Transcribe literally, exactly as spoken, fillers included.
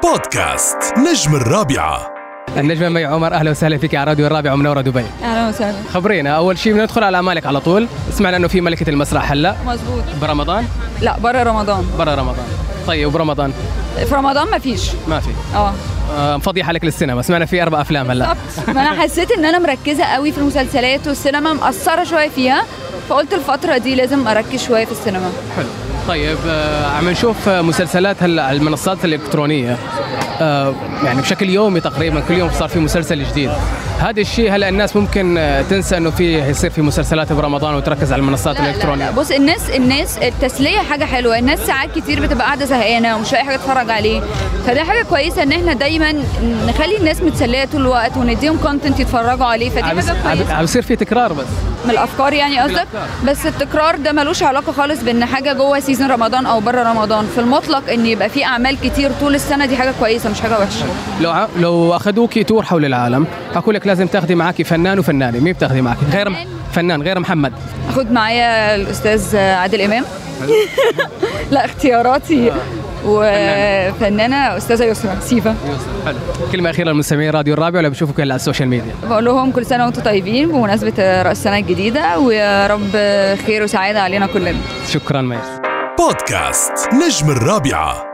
بودكاست نجم الرابعة. النجمة مي عمر، أهلا وسهلا فيك على راديو الرابعة ومنورة دبي. أهلا وسهلا. خبرينا أول شيء بندخل على أعمالك على طول. سمعنا إنه في ملكة المسرح هلا. مزبوط. برمضان؟ لا برا رمضان. برا رمضان. طيب وبرمضان؟ في رمضان ما فيش. ما في. اه. آه، مفضي حالك للسينما، سمعنا في أربع أفلام هلا. بالظبط. ما أنا حسيت إن أنا مركزة قوي في المسلسلات والسينما مقصرة شوية فيها، فقلت الفترة دي لازم أركز شوية في السينما. حلو. طيب آه، عم نشوف مسلسلات هلا على المنصات الإلكترونية، آه، يعني بشكل يومي تقريبا كل يوم صار في مسلسل جديد. هذا الشيء هلا الناس ممكن آه، تنسى انه في يصير في مسلسلات برمضان وتركز على المنصات لا الإلكترونية. لا لا. بص، الناس الناس التسلية حاجة حلوة، الناس ساعات كتير بتبقى قاعدة زهقانة ومش لاقي حاجة تتفرج عليه، فده حاجة كويسة ان احنا دايما نخلي الناس متسلية طول الوقت ونديهم كونتنت يتفرجوا عليه، فدي عم حاجة كويسة. عم بيصير في تكرار بس من الافكار يعني قصدك؟ الأفكار. بس التكرار ده ملوش علاقه خالص بان حاجه جوه سيزون رمضان او بره رمضان، في المطلق ان يبقى في اعمال كتير طول السنه دي حاجه كويسه مش حاجه وحشه. لو ع- لو اخذوكي تور حول العالم حكوا لك لازم تاخذي معك فنان وفنانه، مين بتاخذي معك غير م- فنان. فنان غير محمد؟ اخد معايا الاستاذ عادل امام. لا اختياراتي وفنانه استاذه يسرا سيفا. حلو. كلمه اخيره للمستمعين راديو الرابع ولا بشوفك هلا على السوشيال ميديا؟ بقول لهم كل سنه وانتم طيبين بمناسبه راس السنه الجديده، ويا رب خير وسعاده علينا كلنا. شكرا مي. بودكاست نجم الرابعة.